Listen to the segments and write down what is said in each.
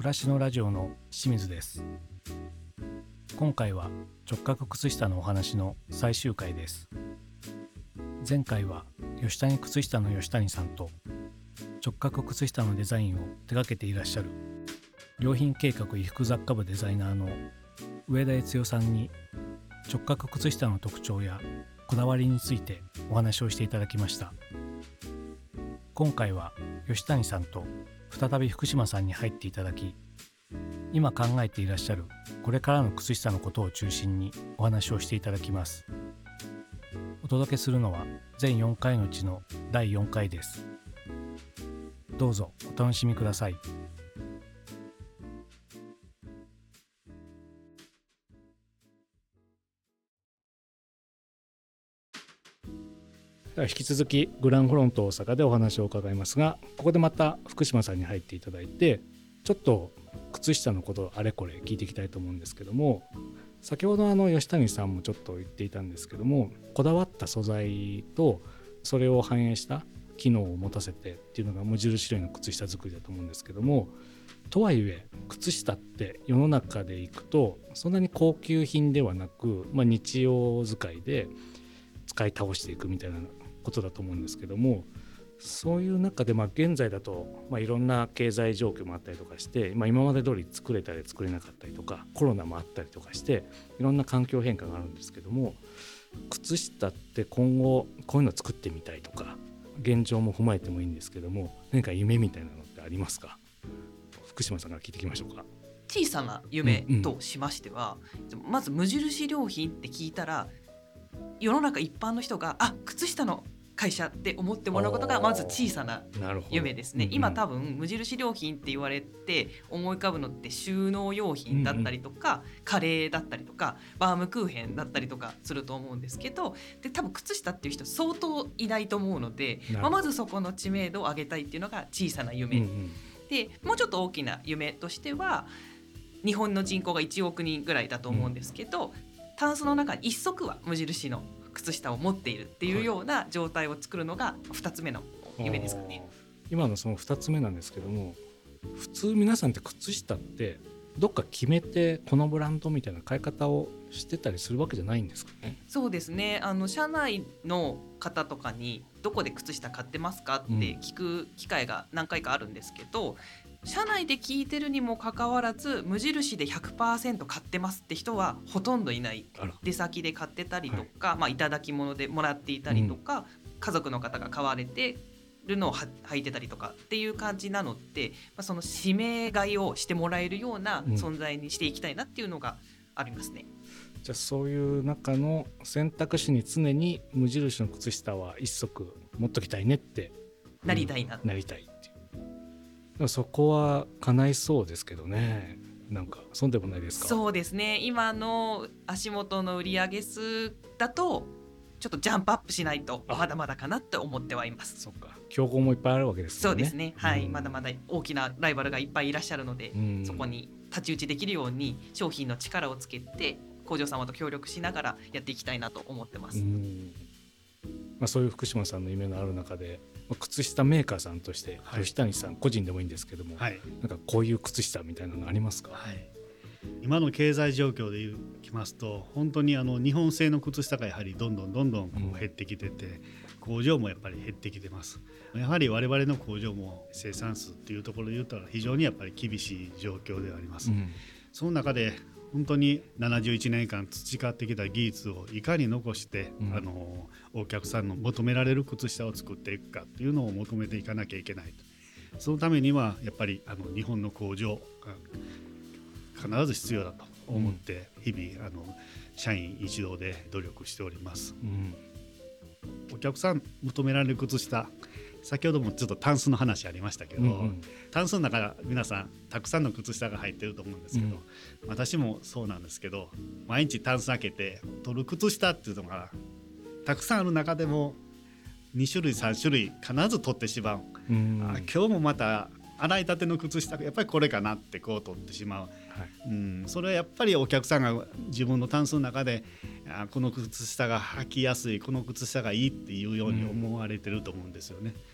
暮らしのラジオの清水です。今回は直角靴下のお話の最終回です。前回は吉谷靴下の吉谷さんと直角靴下のデザインを手掛けていらっしゃる良品計画衣服雑貨部デザイナーの上田悦代さんに直角靴下の特徴やこだわりについてお話をしていただきました。今回は吉谷さんと再び福島さんに入っていただき、今考えていらっしゃるこれからの靴下のことを中心にお話をしていただきます。お届けするのは全4回のうちの第4回です。どうぞお楽しみください。引き続きグランフロント大阪でお話を伺いますが、ここでまた福島さんに入っていただいて、ちょっと靴下のことをあれこれ聞いていきたいと思うんですけども、先ほど吉谷さんもちょっと言っていたんですけども、こだわった素材とそれを反映した機能を持たせてっていうのが無印良品の靴下作りだと思うんですけども、とはいえ靴下って世の中でいくとそんなに高級品ではなく、日常使いで使い倒していくみたいなことだと思うんですけども、そういう中で現在だといろんな経済状況もあったりとかして、今まで通り作れたり作れなかったりとか、コロナもあったりとかしていろんな環境変化があるんですけども、靴下って今後こういうの作ってみたいとか、現状も踏まえてもいいんですけども、何か夢みたいなのってありますか？福島さんから聞いていきましょうか。 小さな夢としましては、まず無印良品って聞いたら世の中一般の人が靴下の会社って思ってもらうことがまず小さな夢ですね。今多分無印良品って言われて思い浮かぶのって収納用品だったりとか、カレーだったりとかバームクーヘンだったりとかすると思うんですけど、で多分靴下っていう人相当いないと思うので、まずそこの知名度を上げたいっていうのが小さな夢、でもうちょっと大きな夢としては、日本の人口が1億人ぐらいだと思うんですけど、タンスの中に一足は無印の靴下を持っているっていうような状態を作るのが2つ目の夢ですかね。 今のその2つ目なんですけども、普通皆さんって靴下ってどっか決めてこのブランドみたいな買い方をしてたりするわけじゃないんですかね？ そうですね、社内の方とかにどこで靴下買ってますかって聞く機会が何回かあるんですけど、社内で聞いてるにもかかわらず無印で 100% 買ってますって人はほとんどいない。出先で買ってたりとか、いただき物でもらっていたりとか、家族の方が買われてるのを履いてたりとかっていう感じなので、その指名買いをしてもらえるような存在にしていきたいなっていうのがありますね。 じゃあそういう中の選択肢に常に無印の靴下は一足持っときたいねってなりたいな、 なりたいっていう、そこは叶いそうですけどね。なんかそうでもないですか？ そうですね、今の足元の売上数だとちょっとジャンプアップしないとまだまだかなって思ってはいます。 そうか、競合もいっぱいあるわけですよね。 そうですね、まだまだ大きなライバルがいっぱいいらっしゃるので、そこに太刀打ちできるように商品の力をつけて工場様と協力しながらやっていきたいなと思ってます。 そういう福島さんの夢のある中で、靴下メーカーさんとして吉谷さん個人でもいいんですけども、なんかこういう靴下みたいなのありますか？ 今の経済状況でいきますと、本当に日本製の靴下がやはりどんどんこう減ってきてて、工場もやっぱり減ってきてます。やはり我々の工場も生産数っていうところで言ったら非常にやっぱり厳しい状況ではあります。その中で本当に71年間培ってきた技術をいかに残して、お客さんの求められる靴下を作っていくかっていうのを求めていかなきゃいけない。そのためにはやっぱり日本の工場が必ず必要だと思って日々社員一同で努力しております。お客さん求められる靴下、先ほどもちょっとタンスの話ありましたけど、タンスの中皆さんたくさんの靴下が入ってると思うんですけど、私もそうなんですけど、毎日タンス開けて取る靴下っていうのがたくさんある中でも2種類3種類必ず取ってしまう。今日もまた洗いたての靴下がやっぱりこれかなってこう取ってしまう、それはやっぱりお客さんが自分のタンスの中でこの靴下が履きやすい、この靴下がいいっていうように思われてると思うんですよね。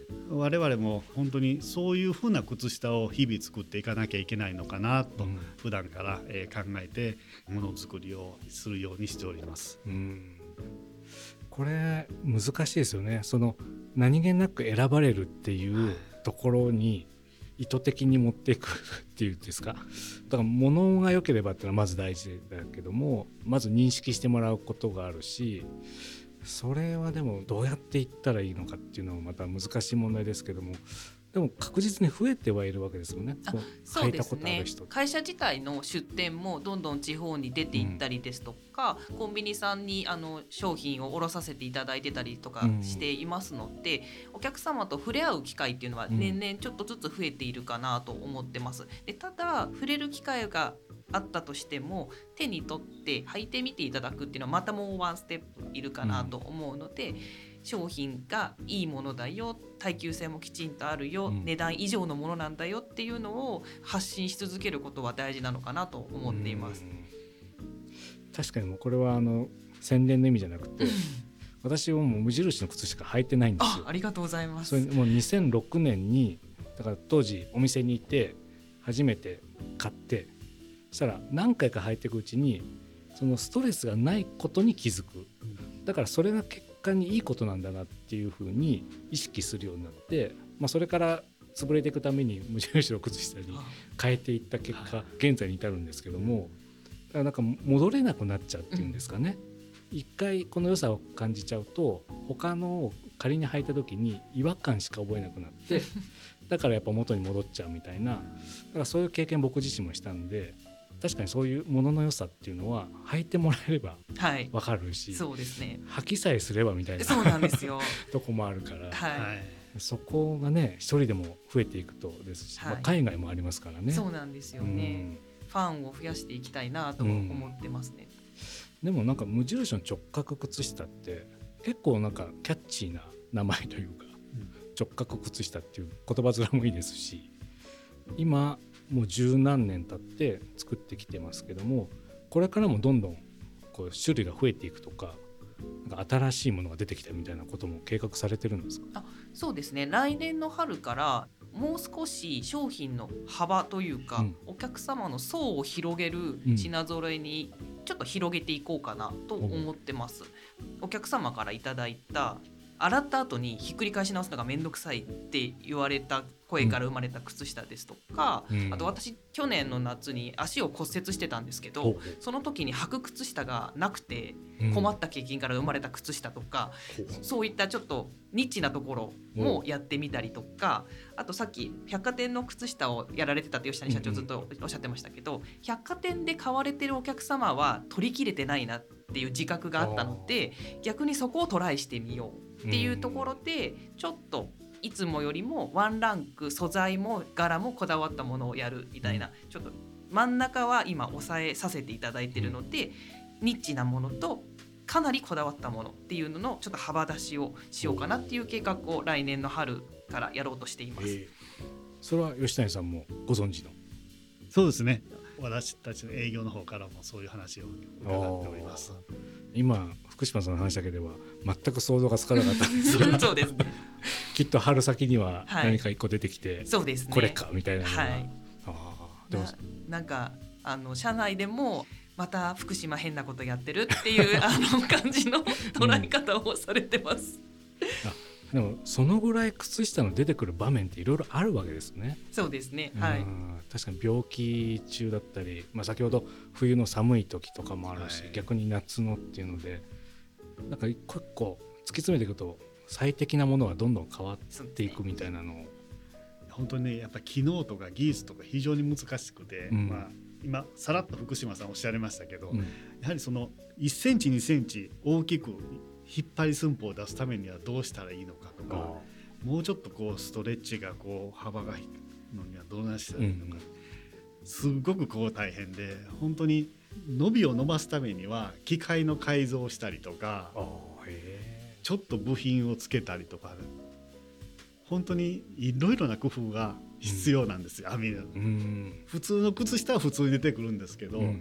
我々も本当にそういうふうな靴下を日々作っていかなきゃいけないのかなと、普段から考えてものづくりをするようにしております。 これ難しいですよね。その何気なく選ばれるっていうところに意図的に持っていくっていうんですか。だから物が良ければっていうのはまず大事だけども、まず認識してもらうことがあるし、それはでもどうやっていったらいいのかっていうのはまた難しい問題ですけども、でも確実に増えてはいるわけですよね。 そうですね。会社自体の出店もどんどん地方に出ていったりですとか、コンビニさんに商品を卸させていただいてたりとかしていますので、お客様と触れ合う機会っていうのは年々ちょっとずつ増えているかなと思ってます。でただ触れる機会があったとしても手に取って履いてみていただくっていうのはまたもうワンステップいるかなと思うので、商品がいいものだよ、耐久性もきちんとあるよ、値段以上のものなんだよっていうのを発信し続けることは大事なのかなと思っています。 確かにもうこれは宣伝の意味じゃなくて私はもう無印の靴しか履いてないんですよ。 ありがとうございます。 それもう2006年にだから当時お店にいて初めて買って、そしたら何回か履いていくうちにそのストレスがないことに気づく。だからそれが結果にいいことなんだなっていうふうに意識するようになって、それから潰れていくために無印の靴下に変えていった結果現在に至るんですけども、だからなんか戻れなくなっちゃうっていうんですかね。一回この良さを感じちゃうと他のを仮に履いた時に違和感しか覚えなくなってだからやっぱ元に戻っちゃうみたいな、だからそういう経験僕自身もしたんで、確かにそういうものの良さっていうのは履いてもらえれば分かるし、 そうですね、 履きさえすればみたいなそうなんですよとこもあるから、そこがね一人でも増えていくとですし、海外もありますからね。 そうなんですよね、ファンを増やしていきたいなと思ってますね。 でもなんか無印の直角靴下って結構なんかキャッチーな名前というか、直角靴下っていう言葉面もいいですし、今もう十何年経って作ってきてますけども、これからもどんどんこう種類が増えていくとか、なんか新しいものが出てきたみたいなことも計画されてるんですか？ そうですね、来年の春からもう少し商品の幅というか、お客様の層を広げる品揃えにちょっと広げていこうかなと思ってます。お客様からいただいた洗った後にひっくり返し直すのがめんどくさいって言われた声から生まれた靴下ですとか、あと私去年の夏に足を骨折してたんですけど、その時に履く靴下がなくて困った経験から生まれた靴下とか、そういったちょっとニッチなところもやってみたりとか、あとさっき百貨店の靴下をやられてたって吉谷社長ずっとおっしゃってましたけど、百貨店で買われてるお客様は取り切れてないなっていう自覚があったので、逆にそこをトライしてみようっていうところで、ちょっといつもよりもワンランク素材も柄もこだわったものをやるみたいな、ちょっと真ん中は今抑えさせていただいているので、ニッチなものとかなりこだわったものっていうののちょっと幅出しをしようかなっていう計画を来年の春からやろうとしています。 それは吉谷さんもご存知の？ そうですね、私たちの営業の方からもそういう話を伺っております。 今福島さんの話だけでは全く想像がつかなかったんですがそうですねきっと春先には何か一個出てきて、 そうですね、 これかみたいなのが、 でもなんか社内でもまた福島変なことやってるっていう感じの捉え方をされてます、 でもそのぐらい靴下の出てくる場面っていろいろあるわけですね。 そうですね、 確かに病気中だったり、先ほど冬の寒い時とかもあるし、逆に夏のっていうので、なんか一個一個突き詰めていくと最適なものはどんどん変わっていくみたいなのを、 本当にね、やっぱり機能とか技術とか非常に難しくて、今さらっと福島さんおっしゃいましたけど、やはりその1センチ2センチ大きく引っ張り寸法を出すためにはどうしたらいいのかとか、もうちょっとこうストレッチがこう幅がいくのにはどうしたらいいのか、すごくこう大変で、本当に伸びを伸ばすためには機械の改造をしたりとか、ちょっと部品をつけたりとか、本当にいろいろな工夫が必要なんですよ、編みの。普通の靴下は普通に出てくるんですけど、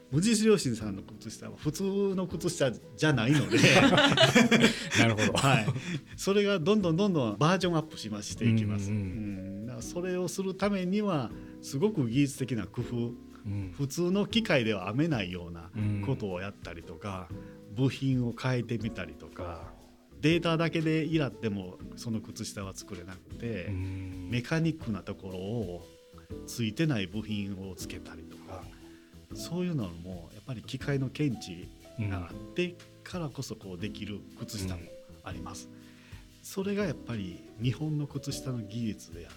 無印良品さんの靴下は普通の靴下じゃないのでなるほど、 はい、それがどんどんバージョンアップしていきます、だからそれをするためにはすごく技術的な工夫、普通の機械では編めないようなことをやったりとか、部品を変えてみたりとか、データだけでいらってもその靴下は作れなくて、メカニックなところをついてない部品をつけたりとか、そういうのもやっぱり機械の検知があってからこそこうできる靴下もあります、それがやっぱり日本の靴下の技術であって、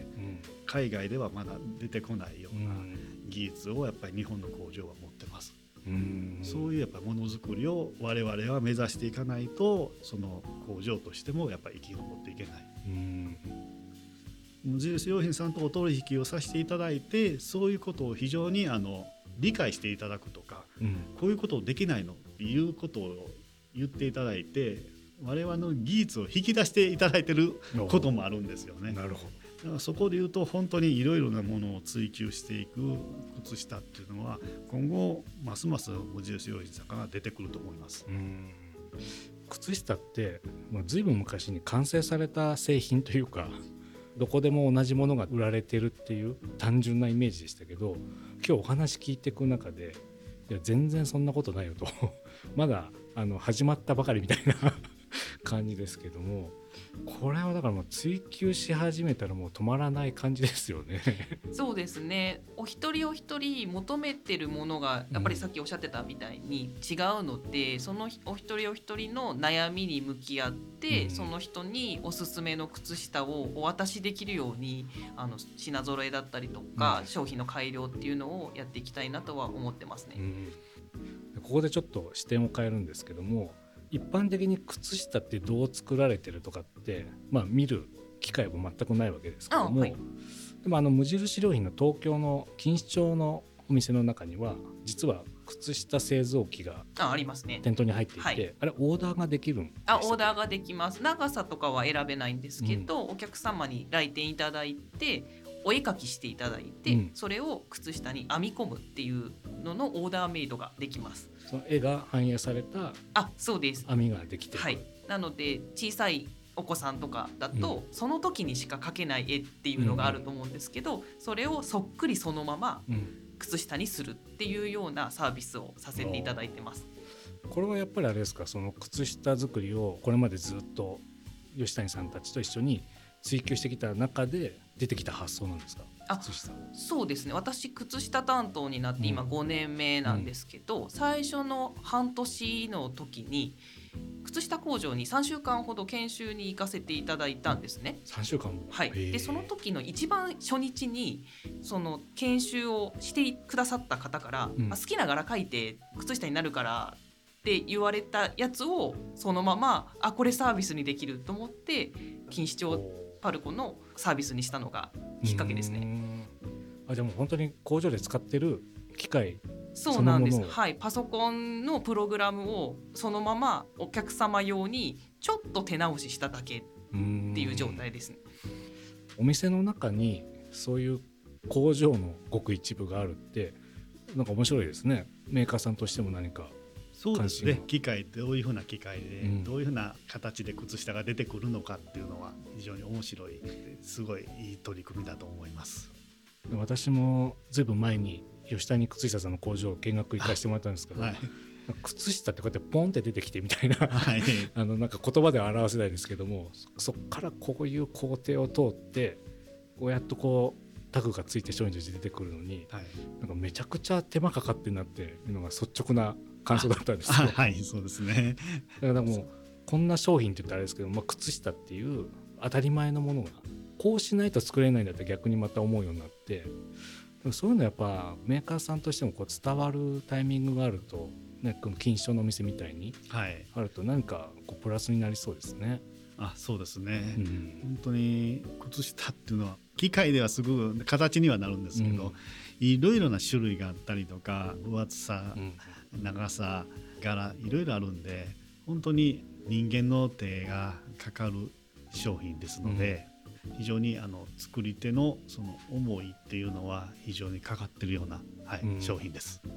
海外ではまだ出てこないような技術をやっぱり日本の工場は持ってます、そういうやっぱりものづくりを我々は目指していかないと、その工場としてもやっぱり生き残っていけない。無印良品さんとお取引をさせていただいて、そういうことを非常に理解していただくとか、こういうことをできないのっていうことを言っていただいて、我々の技術を引き出していただいていることもあるんですよね。 なるほど。 だからそこで言うと本当にいろいろなものを追求していく靴下っていうのは今後ますます無印良品さんから出てくると思います。 靴下ってずいぶん昔に完成された製品というか、どこでも同じものが売られてるっていう単純なイメージでしたけど、今日お話聞いていく中で、いや全然そんなことないよとまだ始まったばかりみたいな感じですけども、これはだからもう追求し始めたらもう止まらない感じですよねそうですね。お一人お一人求めてるものがやっぱりさっきおっしゃってたみたいに違うので、そのお一人お一人の悩みに向き合って、その人におすすめの靴下をお渡しできるように品揃えだったりとか、商品の改良っていうのをやっていきたいなとは思ってますね。 ここでちょっと視点を変えるんですけども、一般的に靴下ってどう作られてるとかって、見る機会も全くないわけですけども、でも無印良品の東京の錦糸町のお店の中には実は靴下製造機がありますね。 店頭に入っていて、あれオーダーができるんですか？ オーダーができます。長さとかは選べないんですけど、お客様に来店いただいてお絵描きしていただいて、それを靴下に編み込むっていうののオーダーメイドができます。 その絵が反映されたそうです編みができてる、 なので小さいお子さんとかだと、その時にしか描けない絵っていうのがあると思うんですけど、それをそっくりそのまま靴下にするっていうようなサービスをさせていただいてます。 これはやっぱりあれですか、その靴下作りをこれまでずっと吉谷さんたちと一緒に追求してきた中で出てきた発想なんですか？靴下。 そうですね。私靴下担当になって今5年目なんですけど、最初の半年の時に靴下工場に3週間ほど研修に行かせていただいたんですね。 3週間も。 でその時の一番初日にその研修をしてくださった方から、好きな柄描いて靴下になるからって言われたやつをそのままこれサービスにできると思って錦糸町パルコのサービスにしたのがきっかけですね。 じゃあもう本当に工場で使ってる機械そうなんです。パソコンのプログラムをそのままお客様用にちょっと手直ししただけっていう状態ですね。 お店の中にそういう工場のごく一部があるってなんか面白いですね。メーカーさんとしても何か。 そうですね。機械どういうふうな機械で、どういうふうな形で靴下が出てくるのかっていうのは非常に面白い、すごいいい取り組みだと思います。 私もずいぶん前に吉谷靴下さんの工場を見学行かせてもらったんですけど、靴下ってこうやってポンって出てきてみたいな、なんか言葉では表せないですけども、そこからこういう工程を通ってこうやっとこうタグがついて商品として出てくるのに、なんかめちゃくちゃ手間かかってるなっていうのが率直な感想だったんですよ。 そうですね。 だからもうこんな商品って言ったらあれですけど、靴下っていう当たり前のものがこうしないと作れないんだって逆にまた思うようになって、でもそういうのやっぱメーカーさんとしてもこう伝わるタイミングがあると、この錦糸町のお店みたいにあると何かこうプラスになりそうですね。 そうですね、本当に靴下っていうのは機械ではすぐ形にはなるんですけど、いろいろな種類があったりとか分厚さ、長さ、柄いろいろあるんで、本当に人間の手がかかる商品ですので、非常に作り手のその思いっていうのは非常にかかってるような、商品です。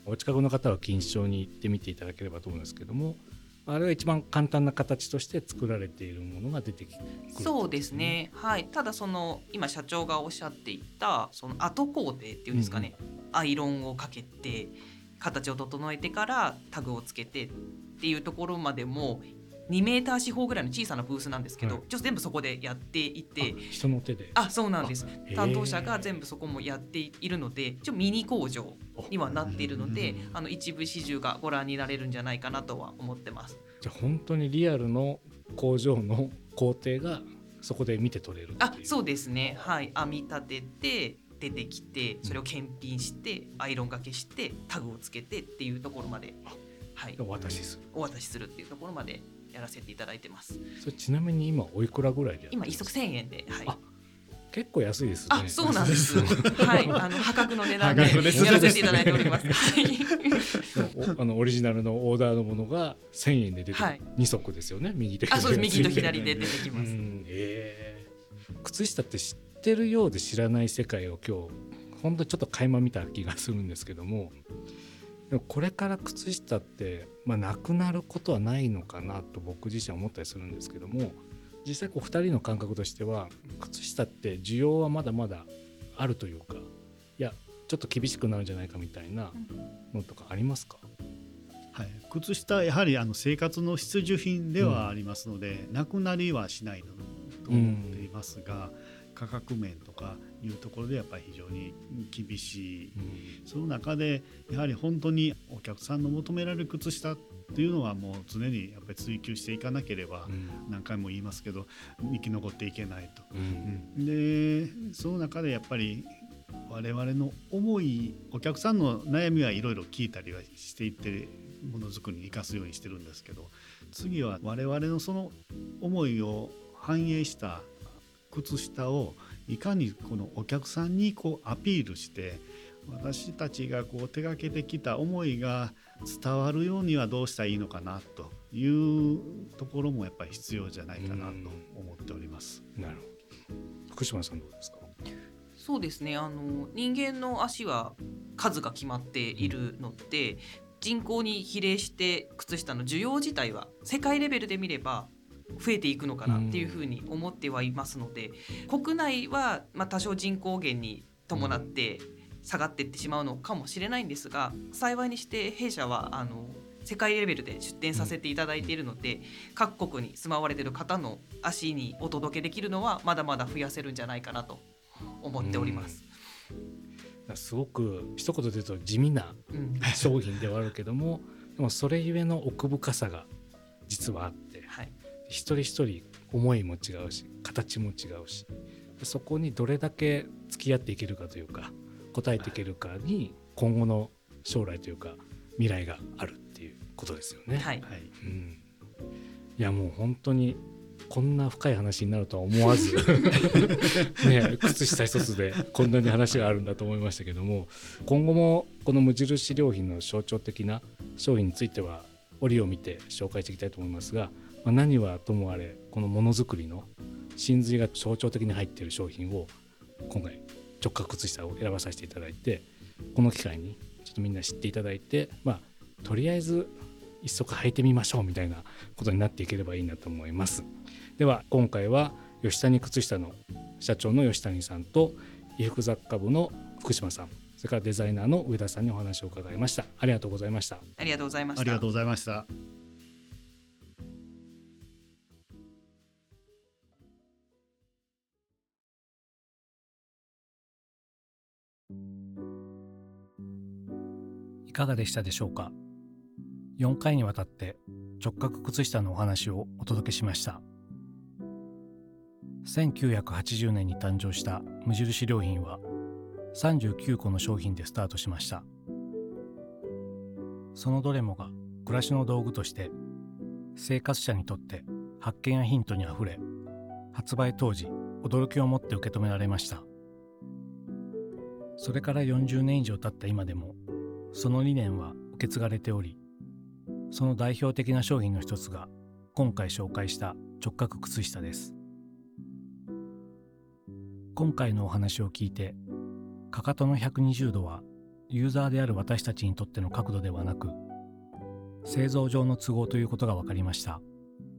お近くの方は錦糸町に行ってみていただければと思うんですけども、あれが一番簡単な形として作られているものが出てくる、 そうですね、はい、ただ今社長がおっしゃっていたその後工程っていうんですかね、アイロンをかけて形を整えてからタグをつけてっていうところまでも2メーター四方ぐらいの小さなブースなんですけど、全部そこでやっていて、 人の手で、 そうなんです。担当者が全部そこもやっているので、ミニ工場にはなっているので、一部始終がご覧になれるんじゃないかなとは思ってます。 じゃあ本当にリアルの工場の工程がそこで見て取れるっていう。 そうですね、はい、編み立てて出てきて、それを検品してアイロンがけしてタグをつけてっていうところまで、はい、お渡しするっていうところまでやらせていただいてます。 それちなみに今おいくらぐらいでやってますか？ 今1足1000円で、はい、 結構安いですね。 そうなんです。はい、破格の値段でやらせていただいております。 オリジナルのオーダーのものが1000円で出て2足ですよね。右と左で。 そうです。右と左で出てきます。 靴下って知ってるようで知らない世界を今日本当にちょっと垣間見た気がするんですけども、でもこれから靴下って、なくなることはないのかなと僕自身は思ったりするんですけども、実際2人の感覚としては靴下って需要はまだまだあるというか、いやちょっと厳しくなるんじゃないかみたいなのとかありますか？ はい、靴下やはり生活の必需品ではありますので、なくなりはしないと思っていますが、価格面とかいうところでやっぱり非常に厳しい、その中でやはり本当にお客さんの求められる靴下っていうのはもう常にやっぱり追求していかなければ、何回も言いますけど生き残っていけないと、でその中でやっぱり我々の思い、お客さんの悩みはいろいろ聞いたりはしていってものづくりに生かすようにしてるんですけど、次は我々のその思いを反映した靴下をいかにこのお客さんにアピールして、私たちが手がけてきた思いが伝わるようにはどうしたらいいのかなというところもやっぱり必要じゃないかなと思っております。 なるほど。福島さんどうですか？ そうですね、人間の足は数が決まっているので、人口に比例して靴下の需要自体は世界レベルで見れば増えていくのかなっていうふうに思ってはいますので、国内は多少人口減に伴って下がっていってしまうのかもしれないんですが、幸いにして弊社は世界レベルで出展させていただいているので、各国に住まわれている方の足にお届けできるのはまだまだ増やせるんじゃないかなと思っております。 すごく一言で言うと地味な商品ではあるけども、でもそれゆえの奥深さが実はあって、一人一人思いも違うし形も違うし、そこにどれだけ付き合っていけるかというか応えていけるかに今後の将来というか未来があるっていうことですよね。いやもう本当にこんな深い話になるとは思わず靴下一つでこんなに話があるんだと思いましたけども、今後もこの無印良品の象徴的な商品については折を見て紹介していきたいと思いますが、何はともあれこのものづくりの真髄が象徴的に入っている商品を今回直角靴下を選ばさせていただいて、この機会にちょっとみんな知っていただいて、とりあえず一足履いてみましょうみたいなことになっていければいいなと思います。では今回は吉谷靴下の社長の吉谷さんと衣服雑貨部の福島さん、それからデザイナーの上田さんにお話を伺いました。ありがとうございました。 ありがとうございました。 ありがとうございました。 いかがでしたでしょうか。4回にわたって直角靴下のお話をお届けしました。1980年に誕生した無印良品は39個の商品でスタートしました。そのどれもが暮らしの道具として生活者にとって発見やヒントにあふれ、発売当時驚きを持って受け止められました。それから40年以上経った今でもその理念は受け継がれており、その代表的な商品の一つが今回紹介した直角靴下です。今回のお話を聞いて、かかとの120度はユーザーである私たちにとっての角度ではなく、製造上の都合ということが分かりました。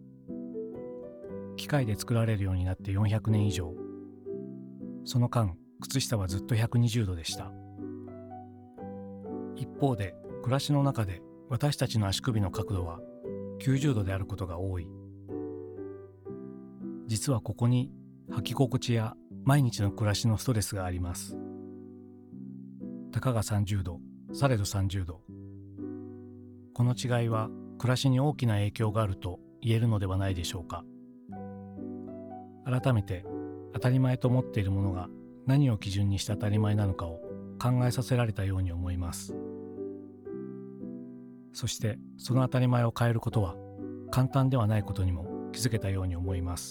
機械で作られるようになって400年以上。その間、靴下はずっと120度でした。一方で、暮らしの中で私たちの足首の角度は90度であることが多い。実はここに履き心地や毎日の暮らしのストレスがあります。たかが30度、されど30度。この違いは暮らしに大きな影響があると言えるのではないでしょうか。改めて当たり前と思っているものが何を基準にして当たり前なのかを考えさせられたように思います。そしてその当たり前を変えることは簡単ではないことにも気づけたように思います。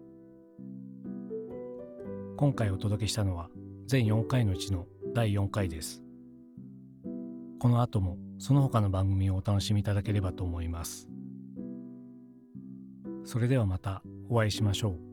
今回お届けしたのは全4回のうちの第4回です。この後もその他の番組をお楽しみいただければと思います。それではまたお会いしましょう。